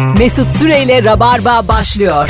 Mesut Süreyle Rabarba başlıyor.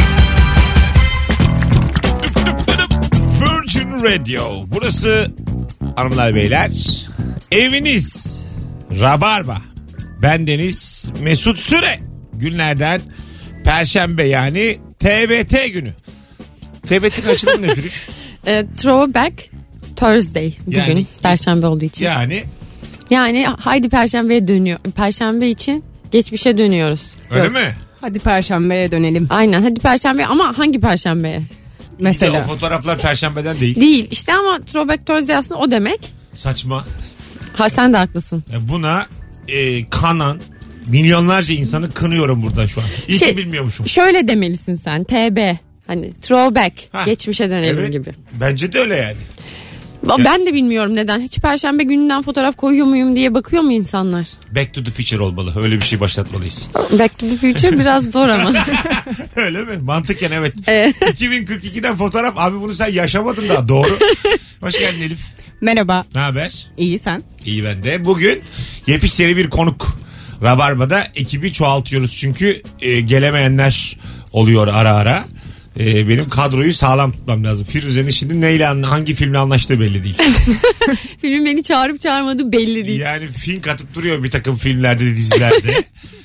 Virgin Radio. Burası hanımlar beyler. Eviniz Rabarba. Bendeniz Mesut Süre. Günlerden Perşembe, yani TBT günü. TBT'nin açılımı ne Firuş? Throwback Thursday bugün, Yani- Perşembe olduğu için. Yani Haydi Perşembe'ye dönüyor. Perşembe için geçmişe dönüyoruz. öyle Yok. mi? Hadi Perşembe'ye dönelim. Aynen, hadi Perşembe, ama hangi Perşembe'ye? Bir de Mesela. o fotoğraflar Perşembeden değil. Değil işte, ama Throwback Thursday aslında o demek. Saçma. Ha, sen de haklısın. Buna kanan milyonlarca insanı kınıyorum burada şu an. İyi ki bilmiyormuşum. Şöyle demelisin sen, TB. Hani throwback, Ha, geçmişe dönelim evet, gibi. Bence de öyle yani. Ben de bilmiyorum neden. Hiç Perşembe gününden fotoğraf koyuyor muyum diye bakıyor mu insanlar? Back to the future olmalı. Öyle bir şey başlatmalıyız. Back to the Future biraz zor ama. Öyle mi? Mantıken evet. Evet. 2042'den fotoğraf. Abi bunu sen yaşamadın daha. Doğru. Hoş geldin Elif. Merhaba. Ne haber? İyi, sen? İyi ben de. Bugün yepyeni bir konuk. Rabarba'da ekibi çoğaltıyoruz. Çünkü gelemeyenler oluyor ara ara. Benim kadroyu sağlam tutmam lazım. Firuze'nin şimdi neyle, hangi filmle anlaştığı belli değil. Filmin beni çağırıp çağırmadığı belli değil. Yani film katıp duruyor bir takım filmlerde, dizilerde.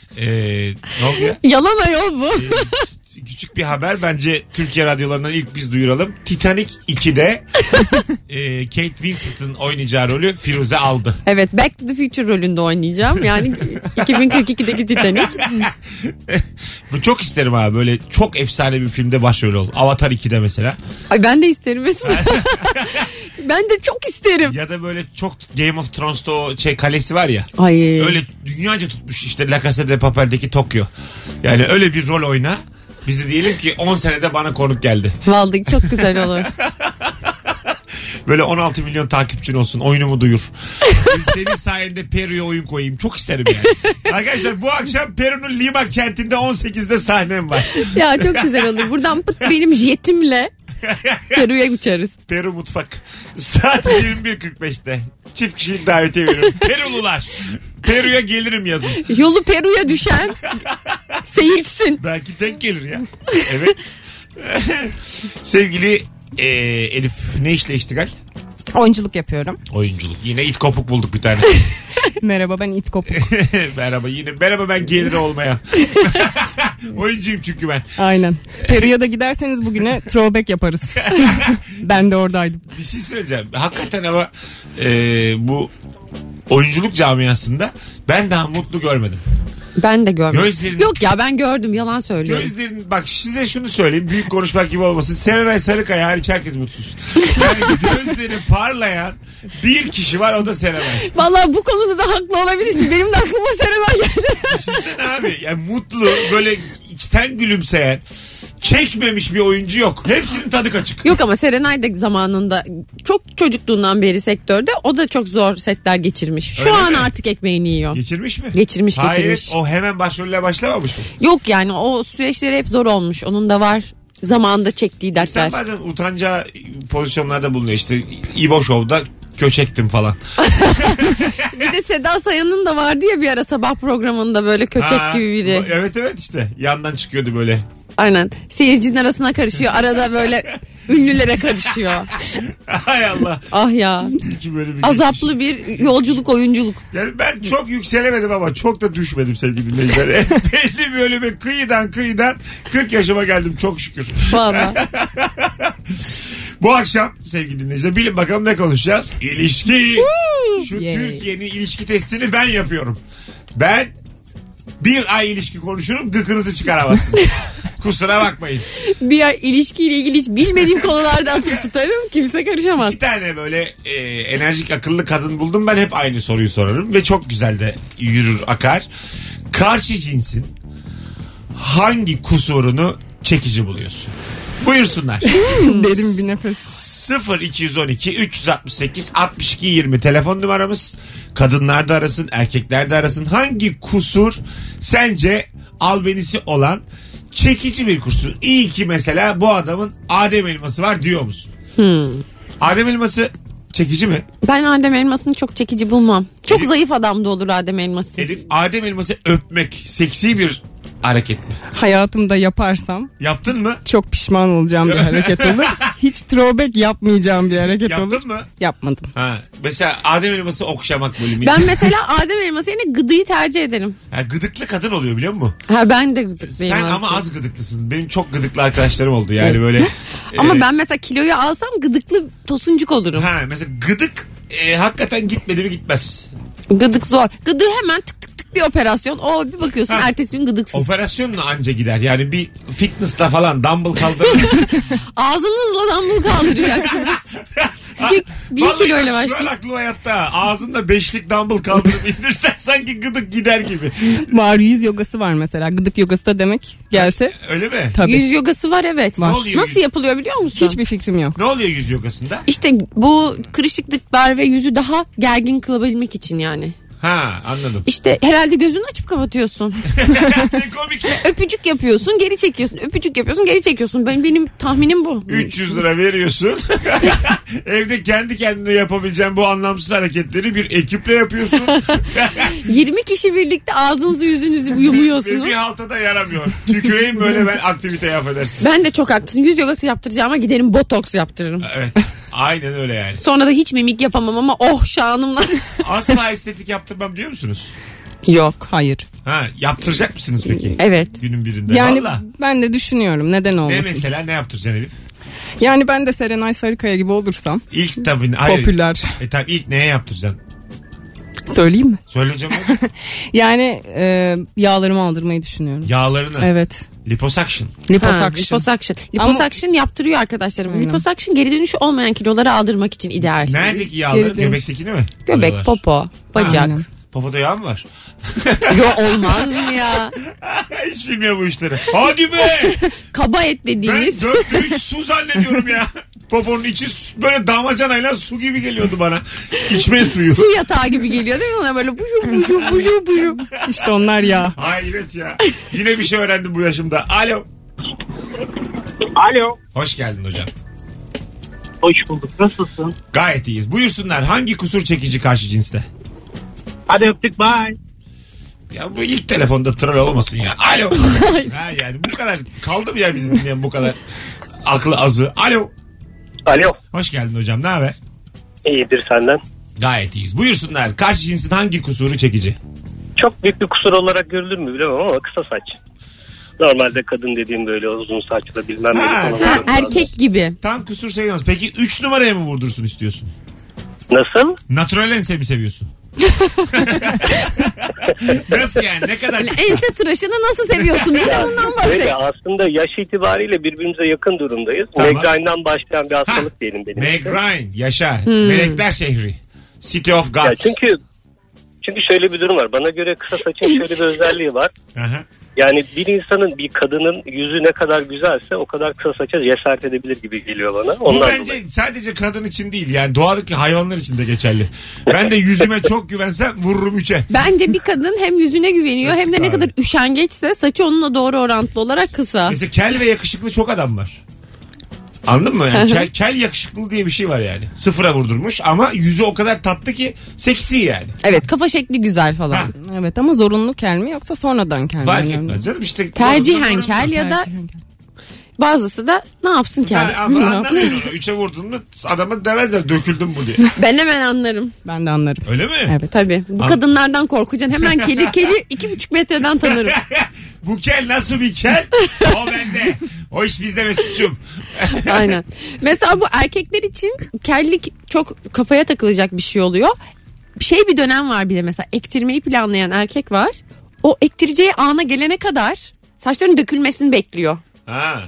Ne oluyor? Yalan ayol bu. Küçük bir haber, bence Türkiye radyolarından ilk biz duyuralım. Titanic 2'de Kate Winslet'ın oynayacağı rolü Firuze aldı. Evet, Back to the Future rolünde oynayacağım. Yani 2042'deki Titanic. Bu çok isterim abi, böyle çok efsane bir filmde başrol ol. Avatar 2'de mesela. Ay, ben de isterim mesela. Ben de çok isterim. Ya da böyle çok Game of Thrones'ta o kalesi var ya. Ay. Öyle dünyaca tutmuş işte La Casa de Papel'deki Tokyo. Yani öyle bir rol oyna. Biz de diyelim ki 10 senede bana konuk geldi. Vallahi çok güzel olur. Böyle 16 milyon takipçin olsun, oyunumu duyur. Senin sayende Peru'ya oyun koyayım. Çok isterim yani. Arkadaşlar bu akşam Peru'nun Lima kentinde 18'de sahnem var. Ya çok güzel olur. Buradan benim jetimle Peru'ya uçarız. Peru mutfak. Saat 21.45'te. Çift kişilik davetiye veriyorum. Perulular. Peru'ya gelirim yazın. Yolu Peru'ya düşen seyirtsin. Belki tek gelir ya. Evet. Sevgili Elif, ne işle iştigal? Oyunculuk yapıyorum. Oyunculuk. Yine it kopuk bulduk bir tane. Merhaba, ben it kopuk. Merhaba yine. Merhaba, ben geliri olmayan. Oyuncuyum çünkü ben. Aynen. Peru'ya da giderseniz bugüne throwback yaparız. Ben de oradaydım. Bir şey söyleyeceğim. Hakikaten ama bu oyunculuk camiasında ben daha mutlu görmedim. Ben de görmedim. Gözlerin- Yok ya, ben gördüm, yalan söylüyorum. Gözlerin, bak size şunu söyleyeyim, büyük konuşmak gibi olmasın. Serenay Sarıkaya hariç herkes mutsuz. Yani gözleri parlayan bir kişi var, o da Serenay. Vallahi bu konuda da haklı olabilirsin. Benim de aklıma Serenay geldi. Düşünsene abi, yani mutlu, böyle içten gülümseyen, çekmemiş bir oyuncu yok. Hepsinin tadı kaçık. Yok, ama Serenay da zamanında çok çocukluğundan beri sektörde, o da çok zor setler geçirmiş. Şu Öyle an mi? artık ekmeğini yiyor. Geçirmiş mi? Geçirmiş. Hayır, o hemen başrolle başlamamış mı? Yok yani, o süreçleri hep zor olmuş. Onun da var zamanında çektiği dertler. İnsan bazen utanca pozisyonlarda bulunuyor. İşte İbo Show'da köçektim falan. Bir de Seda Sayan'ın da vardı ya bir ara sabah programında, böyle köçek gibi biri. Evet işte yandan çıkıyordu böyle. Aynen. Seyircinin arasına karışıyor. Arada böyle ünlülere karışıyor. Hay Allah. Ah ya. İki böyle bir Azaplı bir yolculuk, oyunculuk. Yani ben çok yükselemedim ama çok da düşmedim sevgili dinleyiciler. Belli böyle bir kıyıdan 40 yaşıma geldim çok şükür. Vallahi. Bu akşam sevgili dinleyiciler bilin bakalım ne konuşacağız? İlişki. Şu Yay. Türkiye'nin ilişki testini ben yapıyorum. Ben bir ay ilişki konuşurum, gıkınızı çıkaramazsınız. Kusura bakmayın. Bir ay ilişkiyle ilgili hiç bilmediğim konularda atıp tutarım. Kimse karışamaz. İki tane böyle enerjik akıllı kadın buldum, ben hep aynı soruyu sorarım ve çok güzel de yürür akar. Karşı cinsin hangi kusurunu çekici buluyorsun? Buyursunlar. Derin bir nefes. 0212 368 62 20 telefon numaramız. Kadınlar da arasın, erkekler de arasın. Hangi kusur sence albenisi olan çekici bir kusur? İyi ki mesela bu adamın Adem elması var diyor musun? Adem elması çekici mi? Ben Adem Elmas'ını çok çekici bulmam. Çok Elif- zayıf adam da olur Adem Elması. Elif, Adem elması öpmek seksi bir hareket mi? Hayatımda yaparsam Yaptın mı? çok pişman olacağım bir hareket olur. Hiç throwback yapmayacağım bir hareket olur. Yaptın mı? Yapmadım. Ha. Mesela Adem elması okşamak bölümü. Ben mesela Adem elması yerine gıdıyı tercih ederim. Ha, gıdıklı kadın oluyor biliyor musun? Ha ben de gıdıklıyım Sen aslında. ama az gıdıklısın. Benim çok gıdıklı arkadaşlarım oldu yani böyle. Ama ben mesela kiloyu alsam gıdıklı tosuncuk olurum. Ha mesela gıdık hakikaten gitmedi mi gitmez. Gıdık zor. Gıdığı hemen tık tık tık bir operasyon. O bir bakıyorsun Ha. ertesi gün gıdıksız. Operasyonla anca gider. Yani bir fitness'la falan dumbbell kaldırır. Ağzınızla dumbbell kaldıracaksınız. bir Vallahi kiloyla bak, şu an başlayın. aklım hayatta. Ağzında 5'lik dumbbell kaldırıp indirsen sanki gıdık gider gibi. Var, yüz yogası var mesela. Gıdık yogası da demek gelse. Öyle mi? Tabii. Yüz yogası var evet. Ne oluyor Nasıl yüz- yapılıyor biliyor musun? Hiçbir fikrim yok. Ne oluyor yüz yogasında? İşte bu kırışıklıklar ve yüzü daha gergin kılabilmek için yani. Ha anladım. İşte herhalde gözünü açıp kapatıyorsun. Ne komik. Öpücük yapıyorsun, geri çekiyorsun. Öpücük yapıyorsun, geri çekiyorsun. Benim tahminim bu. 300 lira veriyorsun. Evde kendi kendine yapabileceğin bu anlamsız hareketleri bir ekiple yapıyorsun. 20 kişi birlikte ağzınızı yüzünüzü Ve yumuyorsunuz. bir halta da yaramıyor. Tüküreyim böyle ben aktiviteye affedersin. Ben de çok haklısın. Yüz yogası yaptıracağıma giderim botoks yaptırırım. Evet. Aynen öyle yani. Sonra da hiç mimik yapamam ama oh şanımla. Asla estetik yaptırmam diyor musunuz? Yok. Hayır. Ha yaptıracak mısınız peki? Evet. Günün birinde. Yani Valla. ben de düşünüyorum. Neden Ne olmasın? mesela ne yaptıracaksın Elif? Yani ben de Serenay Sarıkaya gibi olursam İlk tabii. Hayır. popüler. Tabii ilk neye yaptıracaksın? Söyleyeyim mi? Söyleyeceğim. Yani yağlarımı aldırmayı düşünüyorum. Yağlarını. Evet. Liposuction. Liposuction. Liposuction. Liposuction yaptırıyor arkadaşlarım. Aynen. Liposuction geri dönüşü olmayan kiloları aldırmak için ideal. Neredeki yağları? Geri dönüş. Göbektekini mi? Göbek, Alıyorlar. popo, bacak. Aynen. Popoda yağ mı var? Yo olmaz mı ya? Hiç bilmiyor bu işleri. Hadi be! Kaba et Ben dediğimiz. 4'te 3 su zannediyorum ya. Poponun içi böyle damacanayla su gibi geliyordu bana. İçme suyu. Su yatağı gibi geliyor değil mi? Ona böyle buşu buşu buşu buşu. İşte onlar yağ. Hayret ya. Yine bir şey öğrendim bu yaşımda. Alo. Alo. Hoş geldin hocam. Hoş bulduk. Nasılsın? Gayet iyiyiz. Buyursunlar. Hangi kusur çekici karşı cinste? Hadi öptük. Bye. Ya bu ilk telefonda troll olmasın ya. Alo. Ha yani bu kadar. Kaldı mı ya bizi dinleyen bu kadar aklı azı? Alo. Alo. Hoş geldin hocam. Ne haber? İyidir senden. Gayet iyiyiz. Buyursunlar. Karşı cinsin hangi kusuru çekici? Çok büyük bir kusur olarak görülür mü bilemem ama kısa saç. Normalde kadın dediğim böyle uzun saçlı bilmem ne. Ha, falan. Ha, erkek gibi. Tam kusur sayılmaz. Peki 3 numaraya mı vurdursun istiyorsun? Nasıl? Natural ense mi seviyorsun? Nasıl yani? Ne kadar? Hani ense tıraşını nasıl seviyorsun? Bize bundan Öyle bahset. aslında yaş itibariyle birbirimize yakın durumdayız. Tamam. Migraine'dan başlayan bir hastalık diyelim benim. Meg için. Ryan. Yaşa. Melekler şehri. City of Ya Gods. çünkü şöyle bir durum var. Bana göre kısa saçın şöyle bir özelliği var. Aha. Yani bir insanın, bir kadının yüzü ne kadar güzelse o kadar kısa saça cesaret edebilir gibi geliyor bana. Bu Ondan bence dolayı. sadece kadın için değil. Yani doğadaki hayvanlar için de geçerli. Ben de yüzüme çok güvensem vururum 3'e. Bence bir kadın hem yüzüne güveniyor hem de ne Abi. kadar üşengeçse saçı onunla doğru orantılı olarak kısa. Mesela kel ve yakışıklı çok adam var. Anladın mı? Yani kel yakışıklı diye bir şey var yani. Sıfıra vurdurmuş ama yüzü o kadar tatlı ki seksi yani. Evet kafa şekli güzel falan. Ha. Evet ama zorunlu kel mi yoksa sonradan kel mi? Fark Yani- etmez canım işte. Tercihen kel ya da Tercihen kel. bazısı da ne yapsın kel. Anlamıyorum onu. 3'e vurdun mu adamı demezler döküldün bu diye. Ben hemen anlarım. Ben de anlarım. Öyle mi? Evet. Tabii. Bu An- kadınlardan korkacaksın. Hemen keli 2,5 metreden tanırım. Bu kel nasıl bir kel? O bende. O iş bizde Mesut'cum. Aynen. Mesela bu erkekler için kellik çok kafaya takılacak bir şey oluyor. Bir dönem var bir de mesela ektirmeyi planlayan erkek var. O ektireceği ana gelene kadar saçların dökülmesini bekliyor. Ha.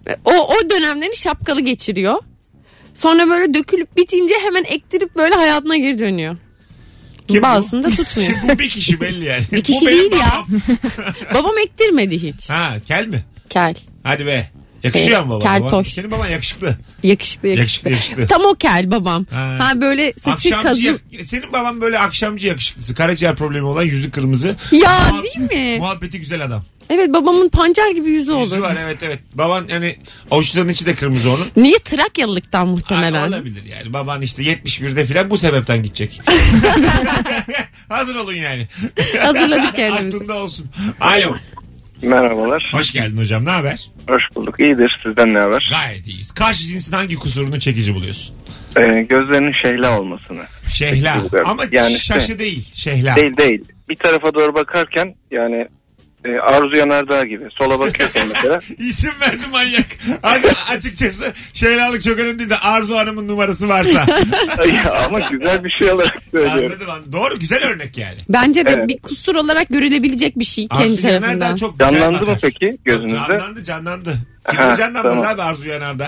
O dönemlerini şapkalı geçiriyor. Sonra böyle dökülüp bitince hemen ektirip böyle hayatına geri dönüyor. Kim bu? Bazısını da tutmuyor. Bu bir kişi belli yani. Bir kişi Bu benim değil ya. babam. Babam ektirmedi hiç. Ha kel mi? Kel. Hadi be. Yakışıyor mu baba? Keltoş. Senin baban yakışıklı. Yakışıklı. Yakışıklı. Tam o kel babam. Ha. Ha böyle saçı kazı. Senin baban böyle akşamcı yakışıklısı. Karaciğer problemi olan yüzü kırmızı. Ya Muhab- değil mi? Muhabbeti güzel adam. Evet babamın pancar gibi yüzü olur. Yüzü var evet. Baban yani avuçlarının içi de kırmızı onun. Niye Trakyalılıktan muhtemelen? Ha, olabilir yani. Baban işte 71'de filan bu sebepten gidecek. Hazır olun yani. Hazırladık kendimizi. Aklında olsun. Alo. Merhabalar. Hoş geldin hocam, ne haber? Hoş bulduk. İyidir. Sizden ne haber? Gayet iyiyiz. Karşı cinsin hangi kusurunu çekici buluyorsun? Gözlerinin şehla olmasını. Şehla. Ama yani şaşı değil. Şehla. Değil. Bir tarafa doğru bakarken yani Arzu Yanardağ gibi. Sola bakıyorsun mesela. İsim verdi manyak. Hadi açıkçası şehlalık çok önemli değil de Arzu Hanım'ın numarası varsa. Ama güzel bir şey olarak söylüyorum. Anladım. Doğru, güzel örnek yani. Bence de Evet. bir kusur olarak görülebilecek bir şey kendi Arzu Yanardağ tarafından. çok güzel Canlandı mı bakar. peki gözünüzde? Canlandı. Ha, Kimde canlanmaz tamam. abi Arzu Yanardağ?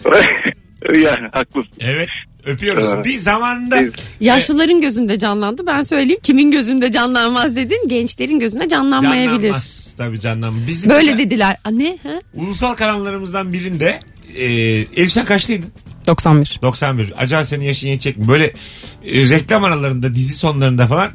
Yani haklısın. Evet. Öpüyoruz. Evet. Bir zamanında Yaşlıların gözünde canlandı. Ben söyleyeyim. Kimin gözünde canlanmaz dedin. Gençlerin gözünde canlanmayabilir. canlanmaz. Tabii canlanmaz. Bizim Böyle mesela dediler. Ne? Ha? ulusal kanallarımızdan birinde Elif sen kaçlıydın? 91. 91. Acaba senin yaşın yetecek mi? Böyle reklam aralarında, dizi sonlarında falan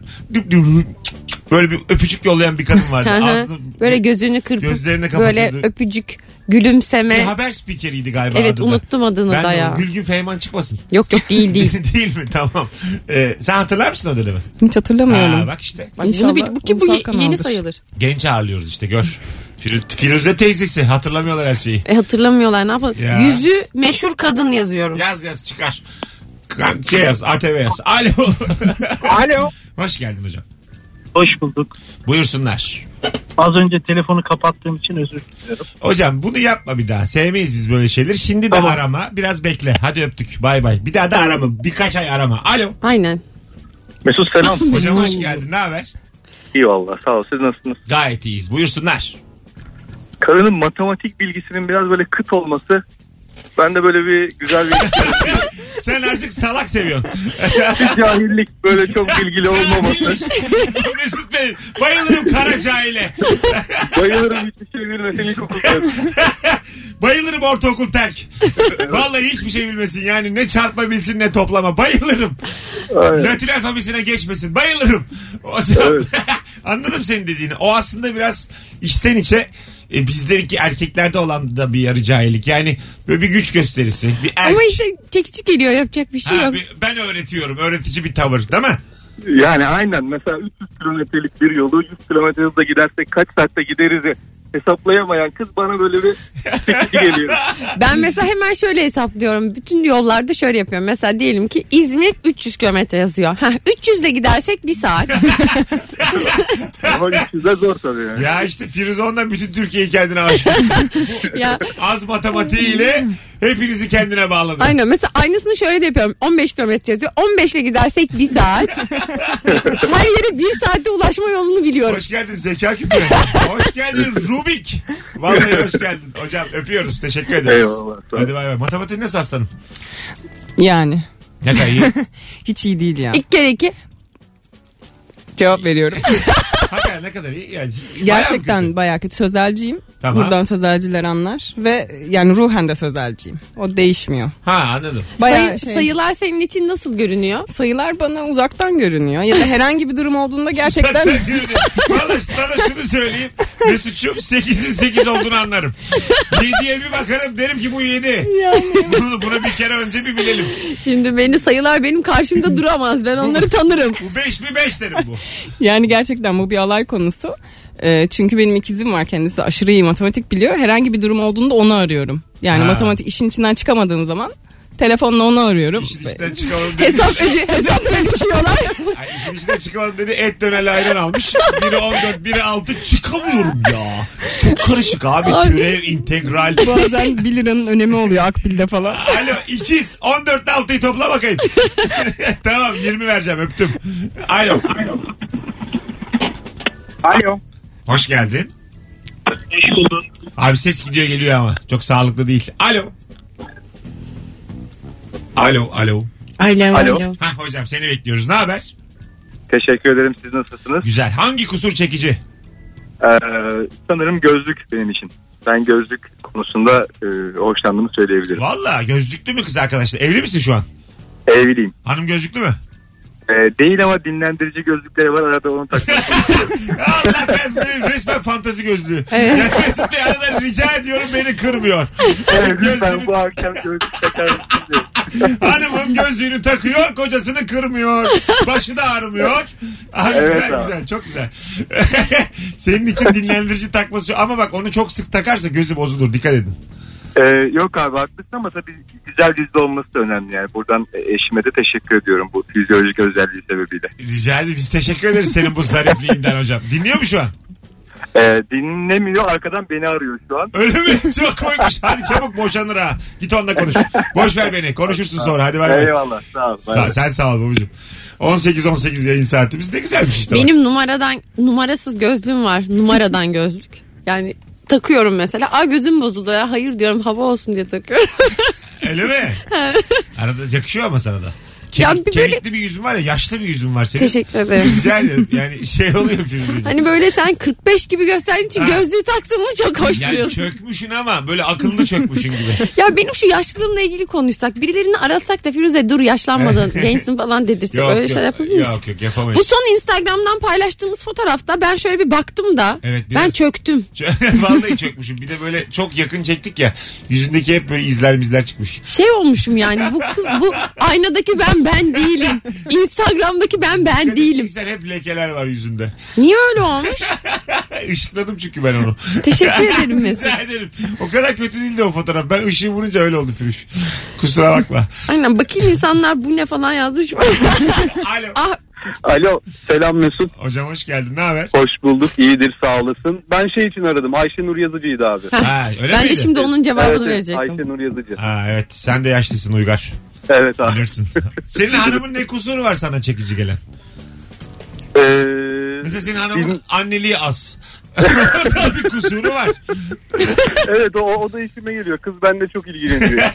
böyle bir öpücük yollayan bir kadın vardı. Ağzını, Böyle gözünü kırpıp gözlerini kapatırdı. böyle öpücük, gülümseme. Bir haber spikeriydi galiba Evet, adı da. unuttum adını Ben da de ya. Gülgün Feyman çıkmasın. Yok değil. Değil mi? Tamam. Sen hatırlar mısın o dönemi? Hiç hatırlamıyorum. Bak işte. Bak, İnşallah bu ulusal yeni kanaldır. sayılır. Genç ağırlıyoruz işte, gör. Firuze teyzesi, hatırlamıyorlar her şeyi. Hatırlamıyorlar, ne yapalım. Ya. Yüzü meşhur kadın yazıyorum. Yaz çıkar. Yaz, ATV yaz. Alo. Alo. Hoş geldin hocam. Hoş bulduk. Buyursunlar. Az önce telefonu kapattığım için özür diliyorum. Hocam bunu yapma bir daha. Sevmeyiz biz böyle şeyleri. Şimdi de Tamam. arama. Biraz bekle. Hadi öptük. Bay bay. Bir daha da arama. Birkaç ay arama. Alo. Aynen. Mesut selam. Hocam hoş geldin. Ne haber? İyi valla sağ ol. Siz nasılsınız? Gayet iyiyiz. Buyursunlar. Kadının matematik bilgisinin biraz böyle kıt olması bende böyle bir güzel bir Sen azıcık salak seviyorsun. cahillik, böyle çok bilgili olmaması. Mesut Bey, bayılırım kara cahile. Bayılırım hiçbir şey bilmesen ilkokulda. Bayılırım ortaokul terk. Vallahi hiçbir şey bilmesin. Yani ne çarpma bilsin ne toplama. Bayılırım. Aynen. Latin alfabesine geçmesin. Bayılırım. Hocam Evet. anladım senin dediğini. O aslında biraz içten içe bizdeki erkeklerde olan da bir yarı cahillik. Yani böyle bir güç gösterisi. Bir Ama işte çekici geliyor, yapacak bir şey yok. Ben öğretiyorum. Öğretici bir tavır değil mi? Yani aynen mesela 300 kilometrelik bir yolu 100 kilometre hızla gidersek kaç saatte gideriz hesaplayamayan kız bana böyle bir çekici geliyor. Ben mesela hemen şöyle hesaplıyorum. Bütün yollarda şöyle yapıyorum. Mesela diyelim ki İzmir 300 kilometre yazıyor. 300 ile gidersek 1 saat. Ama 300 de zor tabii yani. Ya işte Firuze ondan bütün Türkiye'yi kendine aşık. Ya Az matematiğiyle hepinizi kendine bağladı. aynen. Mesela aynısını şöyle de yapıyorum. 15 kilometre yazıyor. 15 ile gidersek 1 saat. Her yere 1 saatte ulaşma yolunu biliyorum. Hoş geldin zeka küpü. Hoş geldin Rubik. Vallahi hoş geldin. Hocam öpüyoruz. Teşekkür ederiz. Eyvallah. Sağ ol. Hadi bay bay. Matematiğin nasıl aslanım? Yani Ne kadar iyi. hiç iyi değil ya. 2 kere 2. Cevap veriyorum. Hakikaten ne kadar iyi. Yani, Gerçekten bayağı kötü. Sözelciyim. Tamam. Buradan sözelciler anlar. Ve yani ruhen de sözelciyim. O değişmiyor. Ha anladım. Bayağı Sayılar senin için nasıl görünüyor? sayılar bana uzaktan görünüyor. Ya da herhangi bir durum olduğunda gerçekten... Valla sana şunu söyleyeyim. Mesut'cum 8'in 8 olduğunu anlarım. 7'ye bir bakarım derim ki bu 7. Bunu bir kere önce bir bilelim. Şimdi beni sayılar benim karşımda duramaz. Ben onları tanırım. Bu 5 mi 5 derim bu. Yani gerçekten bu bir alay konusu. Çünkü benim ikizim var, kendisi aşırı iyi matematik biliyor. Herhangi bir durum olduğunda onu arıyorum. Yani matematik işin içinden çıkamadığım zaman telefonla onu arıyorum. İşin içinden çıkamadım dedi. Hesap ödeşiyorlar. Ay, işin içinden çıkamadım dedi. Et dönerli ayran almış. Biri 14 biri 6 çıkamıyorum ya. Çok karışık abi. Türev, integral. Bazen 1 liranın önemi oluyor Akbil'de falan. Alo ikiz 14'te 6'yı topla bakayım. Tamam 20 vereceğim öptüm. Alo. Alo. Hoş geldin. Hoş bulduk. Abi ses gidiyor geliyor ama. Çok sağlıklı değil. Alo. Alo. Alo. Hah hocam seni bekliyoruz. Ne haber? Teşekkür ederim. Siz nasılsınız? Güzel. Hangi kusur çekici? Sanırım gözlük benim için. Ben gözlük konusunda hoşlandığımı söyleyebilirim. Valla gözlüklü mü kız arkadaşlar? Evli misin şu an? Evliyim. Hanım gözlüklü mü? Değil ama dinlendirici gözlükleri var, arada onu takıyorum. Allah kahretsin, resmen fantazi gözlüğü. Evet. Yani Mesut Bey arada rica ediyorum, beni kırmıyor. Evet, lütfen bu akşam gözlük takar mısın? Hanımım gözlüğünü takıyor, kocasını kırmıyor. Başı da ağrımıyor. Evet, güzel güzel, çok güzel. Senin için dinlendirici takması, ama bak onu çok sık takarsa gözü bozulur, dikkat edin. Yok abi, haklısın ama tabii güzel yüzde olması da önemli yani. Buradan eşime de teşekkür ediyorum bu fizyolojik özelliği sebebiyle. Rica ederim, biz teşekkür ederiz senin bu zarifliğinden hocam. Dinliyor mu şu an? Dinlemiyor, arkadan beni arıyor şu an. Öyle mi? Çok koymuş. Hadi çabuk, boşanır ha. Git onunla konuş. Boş ver beni. Konuşursun sonra. Hadi bay bay. Eyvallah. Sağ ol. Sen sağ ol babacığım. 18 yayın saatimiz ne güzelmiş işte. Benim numarasız gözlüğüm var. Numaradan gözlük. Yani takıyorum mesela. Gözüm bozuldu ya. Hayır diyorum, hava olsun diye takıyorum. Öyle mi? Arada yakışıyor ama sana da. Kemikli bir yüzün var ya, yaşlı bir yüzün var senin. Teşekkür ederim. Rica ederim. Yani şey oluyor Firuzeciğim. Hani böyle sen 45 gibi gösterdiğin için gözlüğü taksın mı çok hoş yani duruyorsun. çökmüşsün ama böyle akıllı çökmüşsün gibi. Ya benim şu yaşlılığımla ilgili konuşsak, birilerini arasak da Firuze dur yaşlanmadın gençsin falan dedirse, böyle şey yapabilir miyiz? Yok yapamayız. Bu son Instagram'dan paylaştığımız fotoğrafta ben şöyle bir baktım da ben çöktüm. Vallahi çökmüşüm. Bir de böyle çok yakın çektik ya, yüzündeki hep böyle izler çıkmış. Şey olmuşum yani, bu kız, bu aynadaki ben değilim. Instagram'daki ben değilim. Sen hep lekeler var yüzünde. Niye öyle olmuş? Işıkladım çünkü ben onu. Teşekkür ederim mesela. Rica ederim. O kadar kötü değildi o fotoğraf. Ben ışığı vurunca öyle oldu Firuş. Kusura bakma. Aynen, bakayım insanlar bu ne falan yazmış. Alo. Alo, selam Mesut. Hocam hoş geldin, ne haber? Hoş bulduk, iyidir, sağ olasın. Ben şey için aradım, Ayşenur Yazıcı'ydı abi. Öyle ben miydi? de şimdi onun cevabını Evet, verecektim. Ayşenur Yazıcı. Evet, sen de yaşlısın Uygar. Evet abi. Bilirsin. Senin hanımın ne kusuru var sana çekici gelen? Mesela senin hanımın anneliği az. Bir kusuru var. Evet, o da işime geliyor. Kız bende çok ilgileniyor.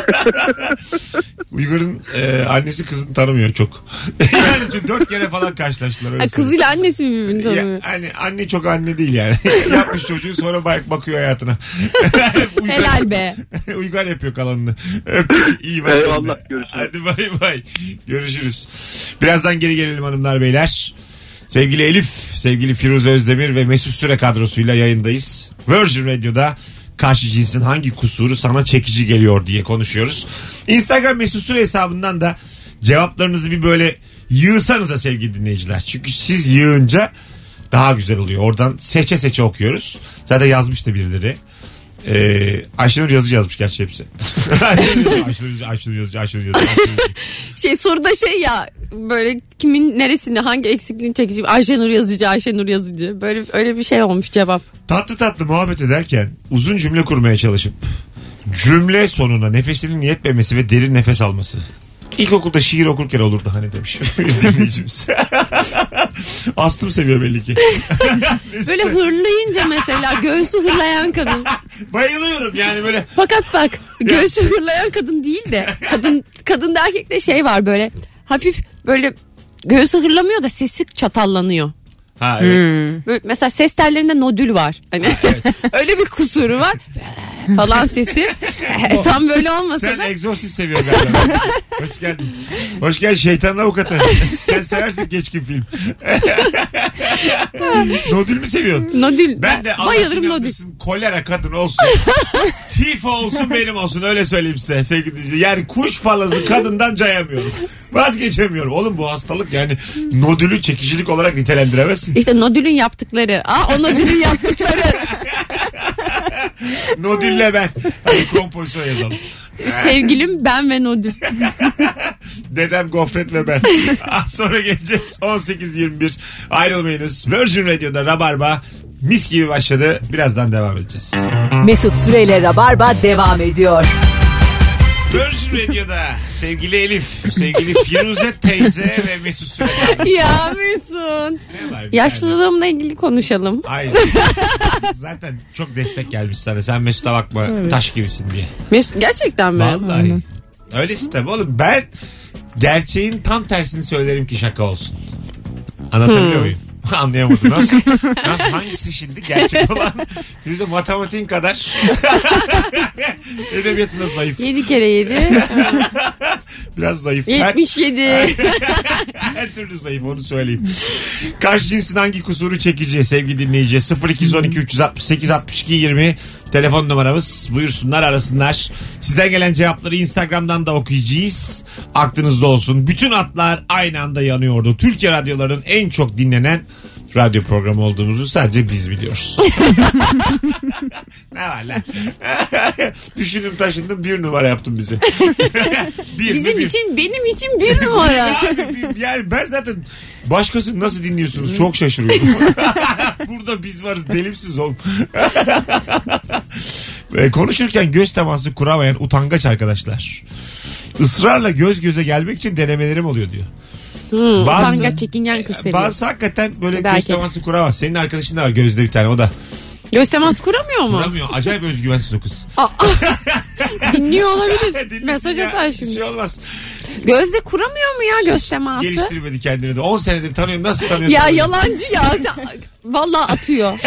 Uygur'un annesi kızını tanımıyor çok. Yani çünkü 4 kere falan karşılaştılar. Öyle kızıyla annesi birbirini tanımıyor. Hani anne çok anne değil yani. Yapmış çocuğu, sonra bakıyor hayatına. Helal be. Uygar yapıyor kalanını. Öptük. İyi bak. Eyvallah, görüşürüz. Hadi bay. Görüşürüz. Birazdan geri gelelim hanımlar beyler. Sevgili Elif, sevgili Firuze Özdemir ve Mesut Süre kadrosuyla yayındayız. Virgin Radio'da karşı cinsin hangi kusuru sana çekici geliyor diye konuşuyoruz. Instagram Mesut Süre hesabından da cevaplarınızı bir böyle yığsanıza sevgili dinleyiciler. Çünkü siz yığınca daha güzel oluyor. Oradan seçe okuyoruz. Zaten yazmış da birileri. Ayşenur Yazıcı yazmış gerçi hepsi. Ayşenur Yazıcı. Soruda ya böyle kimin neresini, hangi eksikliğini çekici, Ayşenur Yazıcı. Böyle öyle bir şey olmuş cevap. Tatlı muhabbet ederken uzun cümle kurmaya çalışıp cümle sonuna nefesinin yetmemesi ve derin nefes alması. İlkokulda şiir okurken olurdu hani demiş dinleyicimiz. Astım seviyor belli ki. Böyle hırlayınca mesela, göğsü hırlayan kadın. Bayılıyorum yani böyle. Fakat bak, göğsü hırlayan kadın değil de kadında erkekte var böyle hafif böyle göğsü hırlamıyor da sesi çatallanıyor. Ha evet. Böyle mesela ses tellerinde nodül var. Hani evet. Öyle bir kusuru var. Falan sesi. Tam böyle olmasa sen da. Sen egzorsiz seviyorsun galiba. Hoş geldin. Hoş geldin şeytanın avukatı. Sen seversin geçkin film. Nodül mü seviyorsun? Nodül. Ben de bayılırım nodül. Kolera kadın olsun. Tifo olsun benim olsun, öyle söyleyeyim size sevgili dinleyiciler. Yani kuş palazı kadından cayamıyorum. Vazgeçemiyorum. Oğlum bu hastalık yani nodülü çekicilik olarak nitelendiremezsin. İşte nodülün yaptıkları. O nodülün yaptıkları. Nodülle ben. Hadi kompozisyon yazalım. Sevgilim ben ve nodül. Dedem gofret ve ben. Az sonra geleceğiz. 18.21. Ayrılmayınız. Virgin Radio'da Rabarba mis gibi başladı. Birazdan devam edeceğiz. Mesut Süre ile Rabarba devam ediyor. Virgin Radio'da sevgili Elif, sevgili Firuze teyze ve Mesut Süre. Ya Mesut. Yaşlılığımla ilgili konuşalım. Hayır. Zaten çok destek gelmiş sana. Sen Mesut'a bakma, evet, taş gibisin diye. Mesut gerçekten mi? Vallahi. Öylesin tabii oğlum. Ben gerçeğin tam tersini söylerim ki şaka olsun. Anlatabiliyor muyum? Anlayamadım. Nasıl? Hangisi şimdi gerçek olan? Bizde matematiğin kadar edebiyatında zayıf. 7 kere 7. Biraz zayıf. 77. Her türlü zayıf, onu söyleyeyim. Karşı cinsin hangi kusuru çekici sevgili dinleyici? 0212 368 62 20 telefon numaramız. Buyursunlar, arasınlar. Sizden gelen cevapları Instagram'dan da okuyacağız. Aklınızda olsun. Bütün hatlar aynı anda yanıyordu. Türkiye radyolarının en çok dinlenen radyo programı olduğumuzu sadece biz biliyoruz. Ne var lan? Düşündüm taşındım, 1 numara yaptım bizi. Bizim için, benim için 1 numara. Yani ben zaten başkasını nasıl dinliyorsunuz çok şaşırıyorum. Burada biz varız, delimsiz oğlum. Konuşurken göz teması kuramayan utangaç arkadaşlar. Israrla göz göze gelmek için denemelerim oluyor diyor. Utangaç, çekingen kız seviyor. Bazı hakikaten böyle göz Belki. teması kuramaz. Senin arkadaşın da var gözde bir tane, o da. Göz teması kuramıyor mu? Kuramıyor. Acayip özgüvensiz o kız. Dinliyor olabilir. Dinlesin Mesaj ya, atar bir şimdi. şey olmaz. Gözde kuramıyor mu ya göz teması? Geliştirmedi kendini de. 10 senedir tanıyorum. Nasıl tanıyorsun? Ya yalancı ya. Vallahi atıyor.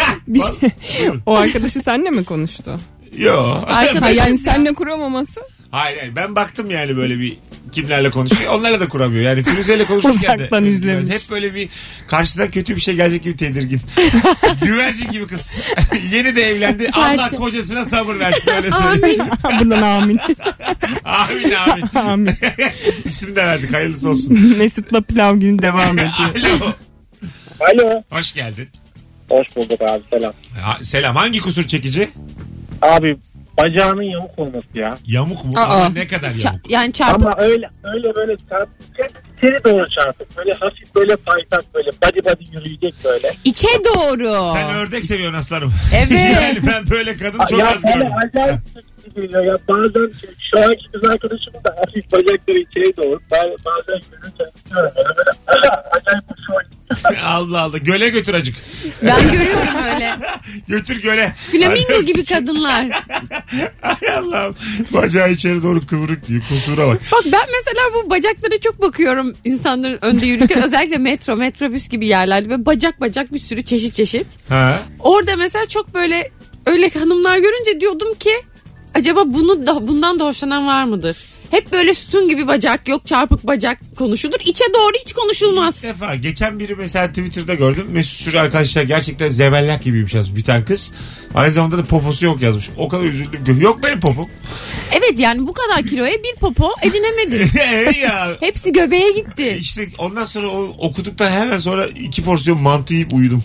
O arkadaşı seninle mi konuştu? Yok. Ha, yani seninle kuramaması. Hayır, ben baktım yani böyle bir kimlerle konuşuyor. Onlarla da kuramıyor. Yani Firuze'yle konuşurken de. Uzaktan izlemiş. Hep böyle bir karşıdan kötü bir şey gelecek gibi tedirgin. Güvercin gibi kız. Yeni de evlendi. Allah kocasına sabır versin, öyle söyleyeyim. Bundan amin. Amin. Amin. İsim de verdik, hayırlısı olsun. Mesut'la pilav günü devam ediyor. Alo. Alo. Hoş geldin. Hoş bulduk abi, selam. Selam. Hangi kusur çekici? Abi bacağının yamuk olması ya. Yamuk mu? Aa. Ama ne kadar yamuk? Yani çarpık. Ama öyle böyle çarpık. İçeri doğru çarpık. Böyle hafif böyle paytak, böyle body yürüyecek böyle. İçe doğru. Sen ördek seviyorsun aslanım. Evet. Yani ben böyle kadın çok ya az böyle gördüm. acayip çekici geliyor ya. Bazen şu anki kız arkadaşımın da hafif bacakları içeri doğru. Bazen yürürken istiyorum. Böyle acayip bir şey. Allah Allah. Göle götür acık. Ben görüyorum öyle. Götür göle. Flamingo gibi kadınlar. Ay Allah'ım. Bacağı içeri doğru kıvrık diyor. Kusura bak. Bak ben mesela bu bacaklara çok bakıyorum insanların önde yürürken. Özellikle metrobüs gibi yerlerde. Ve bacak bir sürü çeşit. Ha. Orada mesela çok böyle öyle hanımlar görünce diyordum ki acaba bundan da hoşlanan var mıdır? Hep böyle sütun gibi bacak, yok çarpık bacak konuşulur. İçe doğru hiç konuşulmaz. İlk defa. Geçen biri mesela Twitter'da gördüm. Mesut Süre arkadaşlar gerçekten zebellak gibiymiş yazmış bir tane kız. Aynı zamanda da poposu yok yazmış. O kadar üzüldüm ki. Yok benim popom. Evet yani bu kadar kiloya bir popo edinemedi. Ya. Hepsi göbeğe gitti. İşte ondan sonra okuduktan hemen sonra 2 porsiyon mantı yiyip uyudum.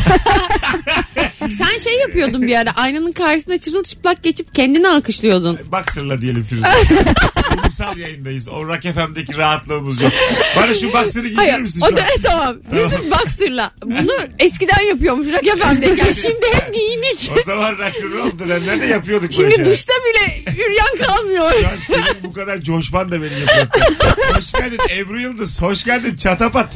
Sen şey yapıyordun bir ara, aynanın karşısına çırılçıplak geçip kendini alkışlıyordun. Boxer'la diyelim Firuze. Ulusal yayındayız. O Rock FM'deki rahatlığımız yok. Bana şu boxer'ı giydirir Hayır misin o şu da an? tamam. Mesut Boxer'la. Bunu eskiden yapıyormuş Rock FM'deyken. Şimdi hep giyinik. O zaman rock'n'roll dönemlerde yapıyorduk böyle Şimdi şeyler. duşta bile yürüyen kalmıyor. Şu an senin bu kadar coşman da beni yapıyor. Hoş geldin Ebru Yıldız. Hoş geldin Çatapat.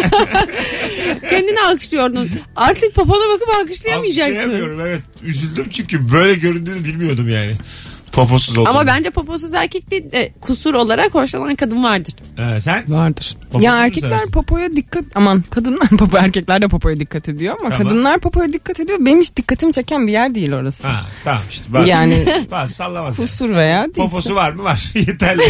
Kendini alkışlıyordun. Artık popona bakıp alkışlayamayacaksın. Alkışlayamıyorum, evet. Üzüldüm çünkü böyle göründüğünü bilmiyordum yani. Poposuz oldum. Ama bence poposuz erkekte de kusur olarak hoşlanan kadın vardır. Sen? Vardır. Poposuz Ya mu erkekler seversin? popoya dikkat, aman kadınlar erkekler de popoya dikkat ediyor ama Tamam. kadınlar popoya dikkat ediyor. Benim hiç dikkatimi çeken bir yer değil orası. Ha, tamam işte. Bazı, Yani bazı sallamaz. kusur veya değil. Poposu var mı? Var. Yeterli.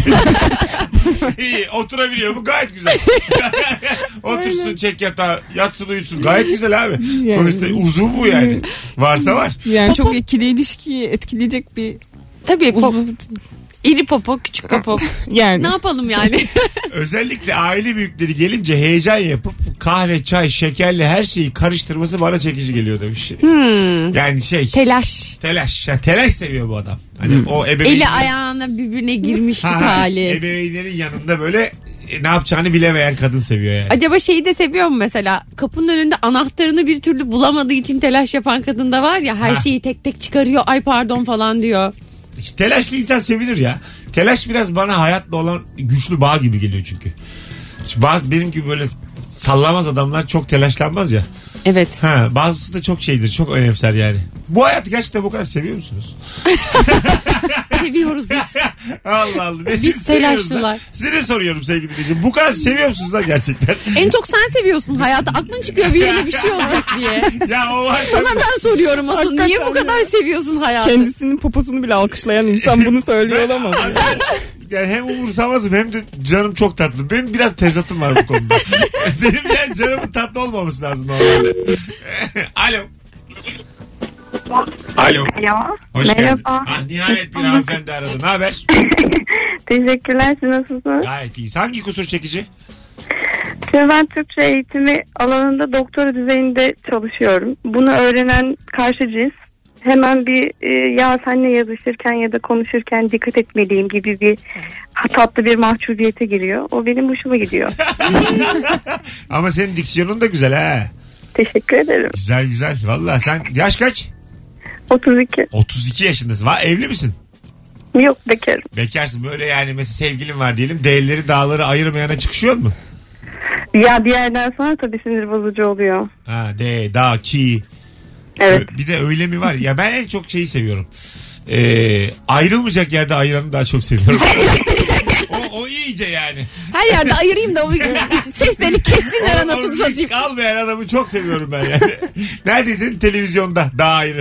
İyi. Oturabiliyor mu? Gayet güzel. Otursun, çek yatağa, yatsın, uyusun. Gayet güzel abi. Yani. Sonuçta uzun bu yani. Varsa var. Yani Popo- çok ikili ilişkiyi etkileyecek bir Tabii uzun. iri popo, küçük popo. Yani. Ne yapalım yani? Özellikle aile büyükleri gelince heyecan yapıp kahve, çay, şekerle her şeyi karıştırması bana çekici geliyor demiş. Yani Telaş. telaş. Ya, telaş seviyor bu adam. Hani o Eli ayağına birbirine girmişlik hali. Ebeveynlerin yanında böyle ne yapacağını bilemeyen kadın seviyor yani. Acaba şeyi de seviyor mu mesela? Kapının önünde anahtarını bir türlü bulamadığı için telaş yapan kadın da var ya, her Ha. şeyi tek tek çıkarıyor. Ay pardon falan diyor. İşte telaşlı insan sevilir ya. Telaş biraz bana hayatla olan güçlü bağ gibi geliyor çünkü. Şimdi benim gibi böyle sallamaz adamlar çok telaşlanmaz ya. Evet. Ha, bazısı da çok şeydir, çok önemser yani. Bu hayatı gerçekten bu kadar seviyor musunuz? Seviyoruz biz. Allah Allah. Ne Biz siz seviyorsunuz telaşlılar. lan? Size de soruyorum sevgili dinleyicilerim. Bu kadar seviyor musunuz lan gerçekten? En çok sen seviyorsun hayatı. Aklın çıkıyor bir yerine bir şey olacak diye. Ya o var. Sana ben soruyorum asıl. Niye bu Hakikaten kadar seviyorsun hayatı? Kendisinin poposunu bile alkışlayan insan bunu söylüyor olamaz. yani hem umursamazım hem de canım çok tatlı. Benim biraz tezatım var bu konuda. Benim yani canımın tatlı olmaması lazım normalde. Alo. Alo. Alo. Hoş Merhaba. geldin. Nihayet bir hanımefendi aradı. Ne haber? Teşekkürler. Siz nasılsınız? Gayet iyiyiz. Hangi kusur çekici? Şimdi ben Türkçe eğitimi alanında doktora düzeyinde çalışıyorum. Bunu öğrenen karşı cins hemen bir ya senle yazışırken ya da konuşurken dikkat etmeliyim gibi bir tatlı bir mahcubiyete giriyor. O benim hoşuma gidiyor. Ama senin diksiyonun da güzel ha. Teşekkür ederim. Güzel güzel. Valla sen yaş kaç? 32. 32 yaşındasın. Evli misin? Yok, bekarım. Bekarsın. Böyle yani mesela sevgilin var diyelim. Değerleri dağları ayırmayana çıkışıyor mu? Ya bir yerden sonra tabii sinir bozucu oluyor. Ha dağ ki. Evet. Bir de öyle mi var? Ya ben en çok şeyi seviyorum. Ayrılmayacak yerde ayıranı daha çok seviyorum. o iyice yani. Her yerde ayırayım da o sesleri kessinler O anasını satayım. risk almayan adamı çok seviyorum ben yani. Neredeyse televizyonda daha ayrı.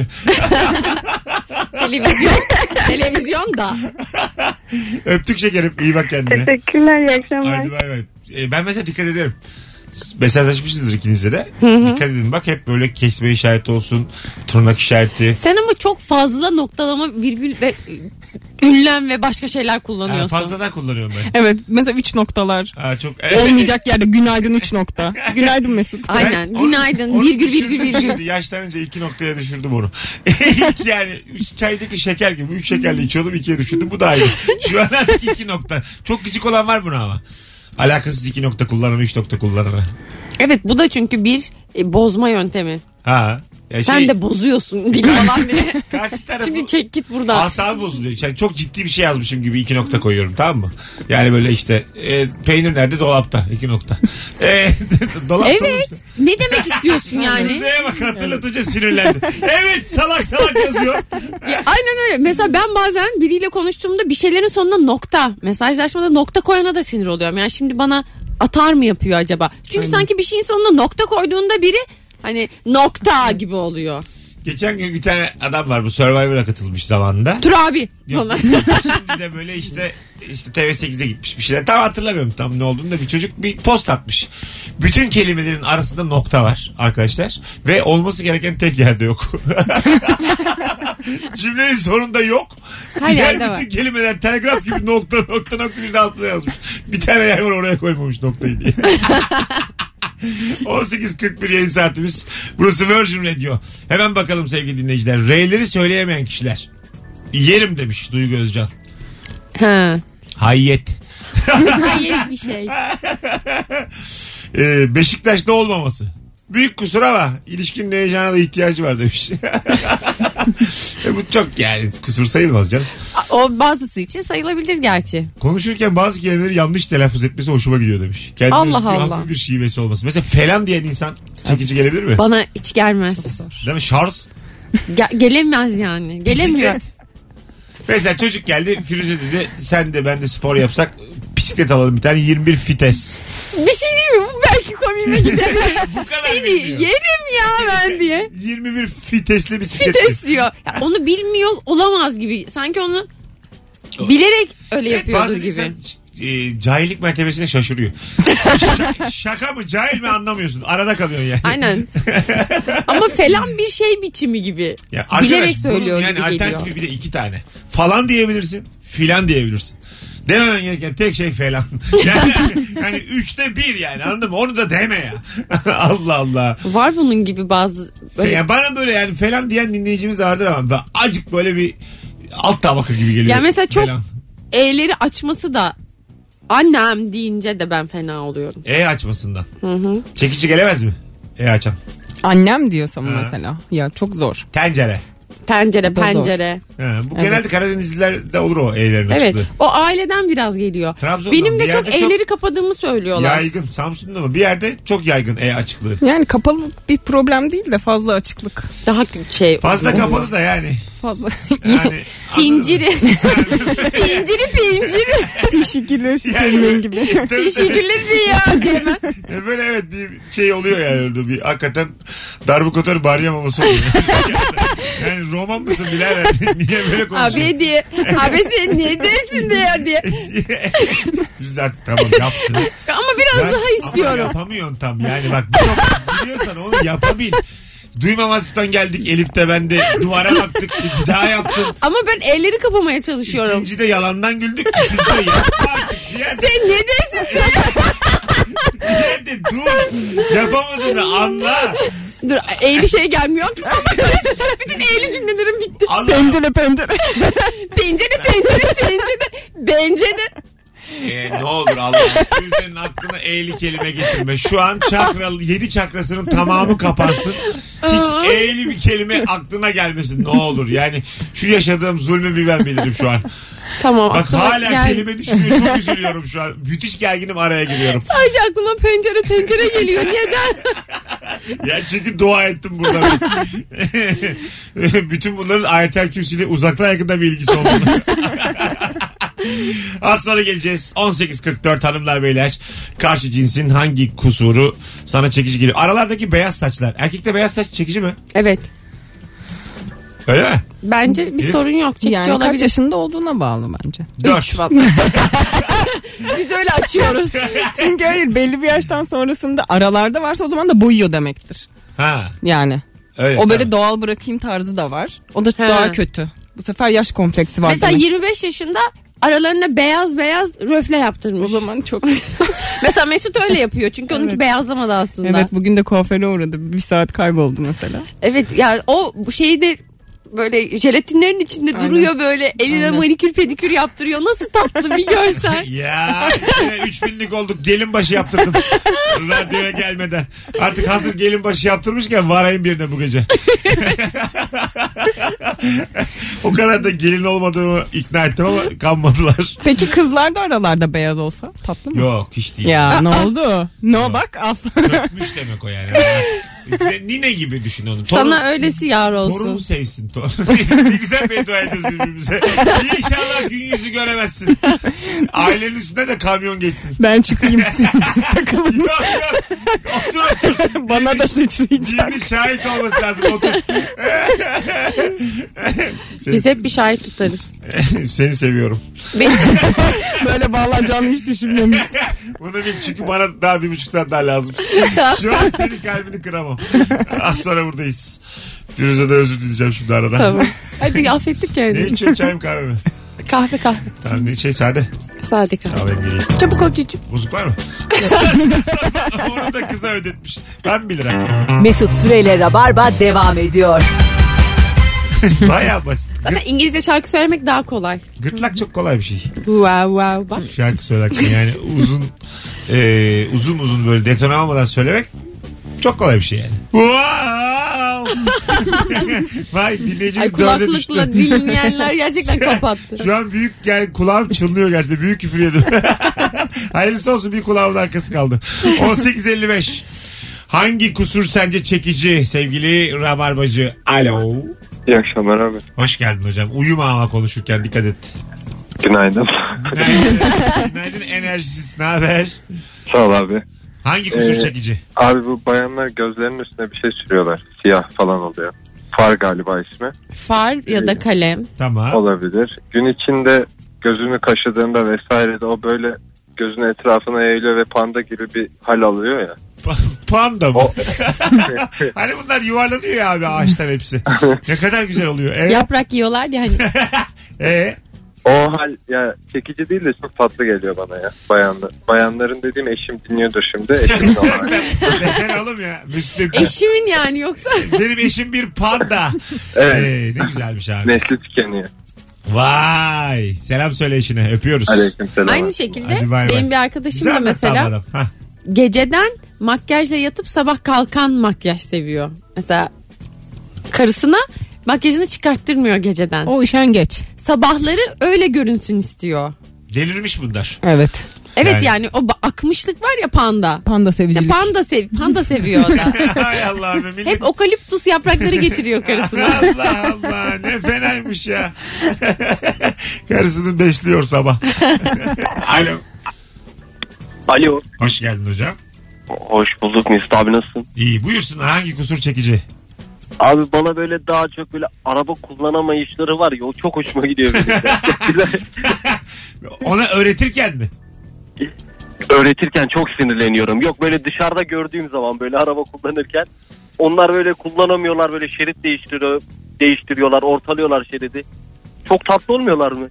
Televizyonda. Öptük şekerim. İyi bak kendine. Teşekkürler. İyi akşamlar. Haydi bay bay. Ben mesela dikkat ederim. Mesajlaşmışızdır ikinizde de. Dikkat edin bak hep böyle kesme işareti olsun, tırnak işareti. Sen ama çok fazla noktalama, virgül ve ünlem ve başka şeyler kullanıyorsun. Fazladan kullanıyorum ben. Evet mesela 3 noktalar. Çok Olmayacak yerde günaydın 3 nokta. Günaydın Mesut. Aynen. Ben Günaydın. onu Virgül düşürdüm virgül virgül. şimdi. Yaşlanınca 2 noktaya düşürdüm onu. Yani çaydaki şeker gibi 3 şekerle içiyordum 2'ye düşürdüm. Bu da aynı. Şu an artık 2 nokta. Çok gıcık olan var buna ama. Alakasız 2 nokta kullanımı 3 nokta kullanımı. Evet, bu da çünkü bir bozma yöntemi. Ha. Ya Sen de bozuyorsun dili falan diye. Karşı tarafı Şimdi çek git buradan. asabı bozuluyor. Yani çok ciddi bir şey yazmışım gibi 2 nokta koyuyorum, tamam mı? Yani böyle işte peynir nerede? Dolapta 2 nokta. Dolapta Evet. olmuştu. Ne demek istiyorsun yani? Kuzeye bak, hatırlatınca sinirlendi. Evet, salak yazıyor. Ya, aynen öyle. Mesela ben bazen biriyle konuştuğumda bir şeylerin sonuna nokta, mesajlaşmada nokta koyana da sinir oluyorum. Yani şimdi bana atar mı yapıyor acaba? Çünkü sanki bir şeyin sonuna nokta koyduğunda biri hani nokta gibi oluyor. Geçen gün bir tane adam var, bu Survivor'a katılmış zamanında. Tur abi. Yok, Falan. şimdi de böyle işte TV8'e gitmiş bir şeyler. Tam hatırlamıyorum tam ne olduğunu da, bir çocuk bir post atmış. Bütün kelimelerin arasında nokta var arkadaşlar. Ve olması gereken tek yerde yok. Cümlenin sonunda yok. Her Diğer yerde bütün var. kelimeler telgraf gibi nokta bir de altına yazmış. Bir tane yer var, oraya koymamış noktayı diye. 18.41 yayın saatimiz. Burası Virgin Radio. Hemen bakalım sevgili dinleyiciler. R'leri söyleyemeyen kişiler. Yerim demiş Duygu Özcan. Ha. Hayyet. Hayır bir şey. Beşiktaş'ta olmaması. Büyük kusur ama ilişkinin heyecana da ihtiyacı var demiş. Bu çok yani kusur sayılmaz canım. O bazısı için sayılabilir gerçi. Konuşurken bazı kelimeleri yanlış telaffuz etmesi hoşuma gidiyor demiş. Kendine Allah özgü Allah. hafif bir şivesi olması. Mesela falan diyen insan çekici gelebilir mi? Bana hiç gelmez. Değil mi? Şarj. Gelemez yani. Gelemiyor. Bisiklet. Mesela çocuk geldi, Firuze dedi sen de ben de spor yapsak bisiklet alalım bir tane 21 fites. Bir şey değil mi? Bu belki komiğime gider. Bu kadar Seni bilmiyor. yerim ya ben diye. 21 fitesli bisiklet. Fites diyor. Ya onu bilmiyor olamaz gibi. Sanki onu bilerek öyle Evet, yapıyordur bazen gibi. insan cahillik mertebesine şaşırıyor. Şaka mı cahil mi anlamıyorsun. Arada kalıyorsun yani. Aynen. Ama falan bir şey biçimi gibi. Ya arkadaş, Bilerek söylüyor bunun yani gibi geliyor. alternatifi bir de 2 tane. Falan diyebilirsin. Filan diyebilirsin. Dememen gereken tek şey falan. Yani 3'te 1 yani, anladın mı? Onu da deme ya. Allah Allah. Var bunun gibi bazı böyle Yani bana böyle yani falan diyen dinleyicimiz de vardır ama ben acık böyle bir alt tabaka gibi geliyor. ya mesela çok Falan. E'leri açması da annem deyince de ben fena oluyorum. Açmasından. Çekici gelemez mi? Açan. Annem diyorsam Ha. mesela. Ya çok zor. Tencere. Pencere, Bu da zor. pencere. Bu Evet. genelde Karadenizlilerde olur o E'lerin Evet. açıklığı. O aileden biraz geliyor. Trabzon'dan Benim bir de çok yerde çok E'leri kapadığımı söylüyorlar. Yaygın. Samsun'da mı? Bir yerde çok yaygın açıklığı. Yani kapalı bir problem değil de fazla açıklık. Daha şey. Fazla oluyor. kapalı da yani. Fazla. Yani Tinciri. Pinciri. Teşekkürler Superman gibi. Teşekkürler ya diyemem. Böyle evet bir şey oluyor yani orada bir hakikaten darbukatör baryamaması oluyor. Yani roman mısın birader? Niye böyle konuşuyorsun? Abi diye. Abi sen niye dersin de ya diye. Biz artık tamam yaptın. Ama biraz daha Ama istiyorum. yapamıyorsun tam. Yani bak biliyorsan onu yapabil. Duymamazlıktan geldik Elif de ben de duvara baktık bir daha yaptın. Ama ben elleri kapamaya çalışıyorum. İkinci de yalandan güldük. Üçüncü de yapma artık. Sen ne dersin de? Nerede dur. Yapamadığını anla. Dur eğri şey gelmiyor. Bütün eğri cümlelerim bitti. Allah. Pencere. Pencere, bence de. Ne olur Allah'ım. Senin aklına eğli kelime getirme. Şu an 7 çakrasının tamamı kapansın. Hiç eğli bir kelime aklına gelmesin. Ne olur. Yani şu yaşadığım zulmü bir ben bilirim şu an. Tamam. Bak hala kelime düşünüyor. Çok üzülüyorum şu an. Müthiş gerginim, araya giriyorum. Sadece aklıma tencere geliyor. Neden? Ya çünkü dua ettim burada. Bütün bunların ayetel kürsüyle uzaktan yakında bir ilgisi olduğunu. Az sonra geleceğiz. 18.44 hanımlar beyler. Karşı cinsin hangi kusuru sana çekici geliyor? Aralardaki beyaz saçlar. Erkekte beyaz saç çekici mi? Evet. Öyle mi? Bence bir sorun yok. Çekici Yani olabilir. kaç yaşında olduğuna bağlı bence. 4. Biz öyle açıyoruz. Çünkü hayır, belli bir yaştan sonrasında aralarda varsa o zaman da boyuyor demektir. Ha. Yani. Öyle, O böyle tamam. doğal bırakayım tarzı da var. O da He. daha kötü. Bu sefer yaş kompleksi var Mesela demek. 25 yaşında aralarına beyaz röfle yaptırmış. O zaman çok... Mesela Mesut öyle yapıyor. Çünkü onunki Evet. beyazlamadı aslında. Evet, bugün de kuaföre uğradı. Bir saat kayboldu mesela. Evet yani o şeyi de böyle jelatinlerin içinde Aynen. duruyor böyle eline Aynen. manikür pedikür yaptırıyor. Nasıl tatlı bir görsen. Ya 3000'lik olduk, gelin başı yaptırdım radyoya gelmeden. Artık hazır gelin başı yaptırmışken varayım bir de bu gece. O kadar da gelin olmadığımı ikna ettim ama kanmadılar. Peki kızlar da aralarda beyaz olsa tatlı mı? Yok hiç değil. Ya ne oldu? No bak al. Kökmüş demek o yani. Nine gibi düşün onu. Sana öylesi yar Torun olsun. sevsin. Ne güzel beddua ediyoruz birbirimize. İnşallah gün yüzü göremezsin. Ailenin üstüne de kamyon geçsin. Ben çıkayım siz takılın. Yok yok. Otur. Bana da sıçrayacak. Cini şahit olması lazım. Otur. Biz hep bir şahit tutarız. Seni seviyorum. Böyle bağlanacağını hiç düşünmemiştim. Bunu bil çünkü bana daha 1,5 saat daha lazım. Şu an senin kalbini kıramam. Az sonra buradayız. Firuze'de özür dileyeceğim şimdi arada. Tamam. Hadi affettik Ne kendini. içiyorsun, çay mı kahve mi? Kahve. Tamam ne sade. Sade kahve. Alayım geleyim. Çabuk ol çocuğum. Bozuk var mı? Onu da kıza ödetmiş. Ben 1 lira. Mesut Süreyle Rabarba devam ediyor. Baya basit. Zaten İngilizce şarkı söylemek daha kolay. Gırtlak çok kolay bir şey. Wow bak. Şarkı söylerken yani uzun böyle detone olmadan söylemek çok kolay bir şey yani. Wow! Vay dinleyicimiz Ay 4'e düştü. kulaklıkla dinleyenler gerçekten kapattı. Şu an büyük yani kulağım çınlıyor gerçekten. Büyük küfür yedim. Hayırlısı olsun, bir kulağımın arkası kaldı. 18.55. Hangi kusur sence çekici sevgili Rabarbacı? Alo. İyi akşamlar abi. Hoş geldin hocam. Uyuma ama konuşurken dikkat et. Günaydın. Günaydın. Günaydın enerjisiz. Ne haber? Sağ ol abi. Hangi kusur çekici? Abi bu bayanlar gözlerinin üstüne bir şey sürüyorlar. Siyah falan oluyor. Far galiba ismi. Far ya da kalem. Tamam. Olabilir. Gün içinde gözünü kaşıdığında vesaire de o böyle gözün etrafına eğiliyor ve panda gibi bir hal alıyor ya. Panda mı? O- Hani bunlar yuvarlanıyor ya abi ağaçtan hepsi. Ne kadar güzel oluyor. Evet. Yaprak yiyorlar ya hani. O hal ya çekici değil de çok tatlı geliyor bana ya. Bayanların dediğim eşim dinliyordur şimdi. Eşim de var. Desene oğlum ya. Müslüm. Eşimin yani yoksa. Benim eşim bir panda. Evet. Ne güzelmiş abi. Nesli tükeniyor. Vay. Selam söyle eşine. Öpüyoruz. Aleykümselam. Aynı şekilde Hadi bay bay. benim bir arkadaşım Güzel da anlattı mesela adam. Hah. geceden makyajla yatıp sabah kalkan makyaj seviyor. Mesela karısına makyajını çıkarttırmıyor geceden. O üşengeç. Sabahları öyle görünsün istiyor. Delirmiş bunlar. Evet. Evet Yani- yani o akmışlık var ya panda. Panda İşte sevicilik. panda seviyor o da. Hay Allah be millet. Hep okaliptus yaprakları getiriyor karısına. Allah Allah ne fenaymış ya. Karısını besliyor sabah. Alo. Alo. Hoş geldin hocam. Hoş bulduk Mesut abi, nasılsın? İyi buyursunlar, hangi kusur çekici? Abi bana böyle daha çok böyle araba kullanamayışları var ya, o çok hoşuma gidiyor benim. Ona öğretirken mi? Öğretirken çok sinirleniyorum. Yok böyle dışarıda gördüğüm zaman böyle araba kullanırken onlar böyle kullanamıyorlar, böyle şerit değiştiriyorlar, ortalıyorlar şeridi. Çok tatlı olmuyorlar mı?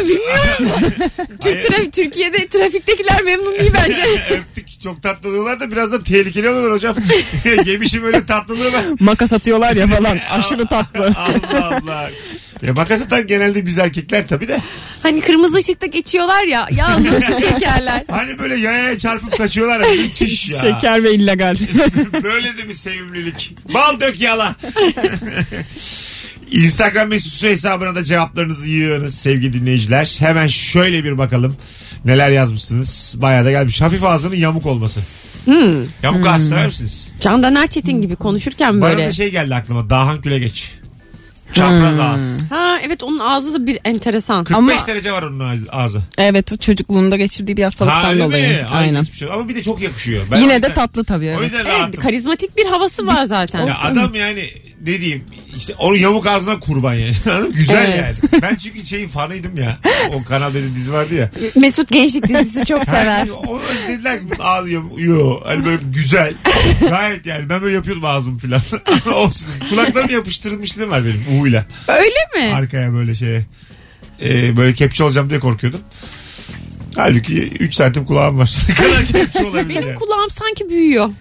Türkiye'de trafiktekiler memnun değil bence. Öptük, çok tatlı oluyorlar da biraz da tehlikeli oluyorlar hocam. Yemişim öyle tatlılığı ben. Makas atıyorlar ya falan. Aşırı tatlı. Allah Allah. Ya makas atan genelde biz erkekler tabii de. Hani kırmızı ışıkta geçiyorlar ya. Ya nasıl şekerler. Hani böyle yayaya çarpıp kaçıyorlar ya. Müthiş ya. Şeker ve illegal. Böyle de bir sevimlilik. Bal dök yala. Instagram mesut süre hesabına da cevaplarınızı yığınız sevgili dinleyiciler. Hemen şöyle bir bakalım neler yazmışsınız. Bayağı da gelmiş. Hafif ağzının yamuk olması. Yamuk ağız sever misiniz? Candan Erçetin gibi konuşurken Bana böyle. da şey geldi aklıma. Dahan Külegeç. Çapraz ağız. Ha evet, onun ağzı da bir enteresan. 45 Ama- derece var onun ağzı. Evet, o çocukluğunda geçirdiği bir Ha hastalıktan öyle dolayı. mi? Ay, Aynen. geçmiş olsun. Ama bir de çok yakışıyor. Ben o Yine de yüzden- tatlı tabii. O Evet. yüzden Evet, rahatım. karizmatik bir havası var zaten. Ya adam yani ne diyeyim işte onun yamuk ağzına kurban yani. Güzel Evet. yani. Ben çünkü şeyin fanıydım ya. O Kanal D'de dizi vardı ya. Mesut gençlik dizisi çok sever. Yani onu dediler ki ağzı yamuk. Yo hani böyle güzel. Gayet yani ben böyle yapıyordum ağzımı filan. Olsun. Kulaklarım yapıştırılmışlığım var benim U'yla. Öyle mi? Arkaya böyle şeye. Böyle kepçe olacağım diye korkuyordum. Halbuki 3 santim kulağım var. Ne kadar kepçe olabilir Benim yani. kulağım sanki büyüyor.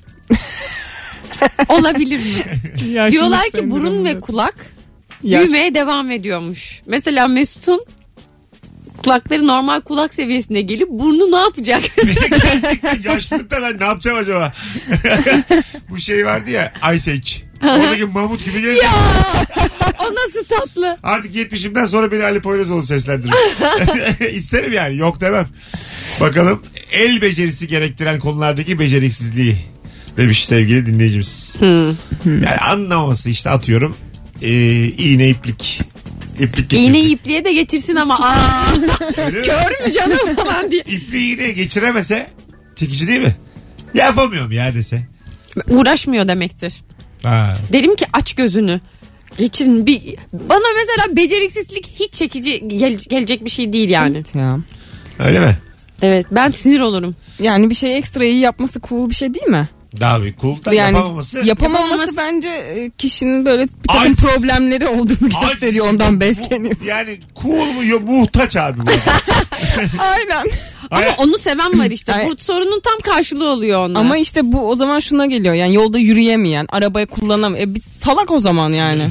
Olabilir mi? Yaşlılık Diyorlar ki sendromu burun ve diyorsun. kulak Yaş- büyümeye devam ediyormuş. Mesela Mesut'un kulakları normal kulak seviyesine gelip burnu ne yapacak? Gerçekten yaşlılıkta ben ne yapacağım acaba? Bu şey vardı ya Ice Age. Oradaki mamut gibi gelecek. O nasıl tatlı? Artık 70'imden sonra beni Ali Poyrazoğlu seslendirir. İsterim yani, yok demem. Bakalım el becerisi gerektiren konulardaki beceriksizliği demiş sevgili dinleyicimiz. Yani anlamaması işte, atıyorum iğne iplik. İplik geçirdi. İğne ipliğe de geçirsin ama Öyle mi? kör mü canım falan diye. İpliği iğneye geçiremese çekici değil mi? Yapamıyorum ya dese. Uğraşmıyor demektir. Ha. Derim ki aç gözünü. Geçirin bir. Bana mesela beceriksizlik hiç çekici gelecek bir şey değil yani. Evet ya. Öyle mi? Evet, ben sinir olurum. Yani bir şey ekstra iyi yapması cool bir şey değil mi? Daha bir cool da Yani yapamaması. yapamaması bence kişinin böyle bir takım Aç. problemleri olduğunu Aç gösteriyor, işte ondan bu- besleniyor. Yani cool mu ya, muhtaç abi bu. Aynen. Ama onu seven var işte. Ay- Bu sorunun tam karşılığı oluyor onlar. Ama işte bu o zaman şuna geliyor. Yani yolda yürüyemeyen, arabayı kullanamayan. Bir salak o zaman yani.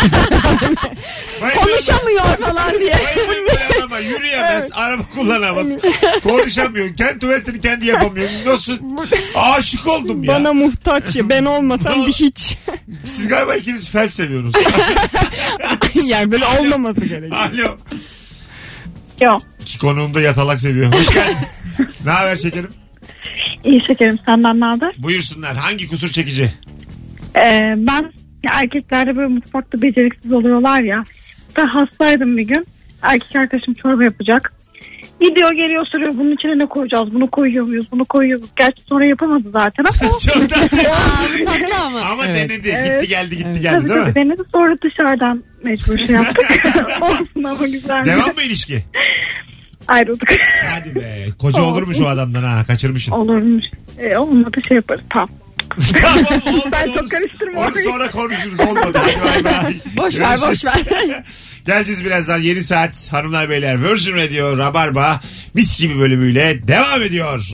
konuşamıyor falan diye. Ama yürüyemez, araba kullanamaz, konuşamıyor, kendi tuvaletini kendi yapamıyor. Nasıl aşık oldum ya. Bana muhtaç ya. Ben olmasam bir hiç. Siz galiba ikiniz felç seviyorsunuz. Yani böyle olmaması gerekiyor. Alo. Yok. İki konuğum da yatalak seviyor. Hoş geldin. Ne haber şekerim? İyi şekerim, senden ne haber? Buyursunlar. Hangi kusur çekici? Ben ya erkeklerde böyle mutfakta beceriksiz oluyorlar ya. Ben hastaydım bir gün. Erkek arkadaşım çorba yapacak. Gidiyor geliyor soruyor, bunun içine ne koyacağız? Bunu koyuyor muyuz? Bunu koyuyor muyuz? Gerçi sonra yapamadı zaten ama. Çok tatlı. Aa, bu tatlı ama. Ama Evet. denedi. Evet. Gitti geldi Tabii değil mi? tabii denedi, sonra dışarıdan mecbur şey yaptık. Olsun ama güzel. Devam mı ilişki? Ayrıldık. Hadi be. Koca olurmuş o adamdan ha. Kaçırmışsın. Olurmuş. Olmadı şey yaparız. Tamam. Tamam, olmadı, Ben onu- çok karıştırma Onu orayı. sonra konuşuruz. Olmadı. Hadi bay bay. Boş ver, boş ver. Geleceğiz birazdan. Yeni saat hanımlar beyler. Virgin Radio Rabarba mis gibi bölümüyle devam ediyor.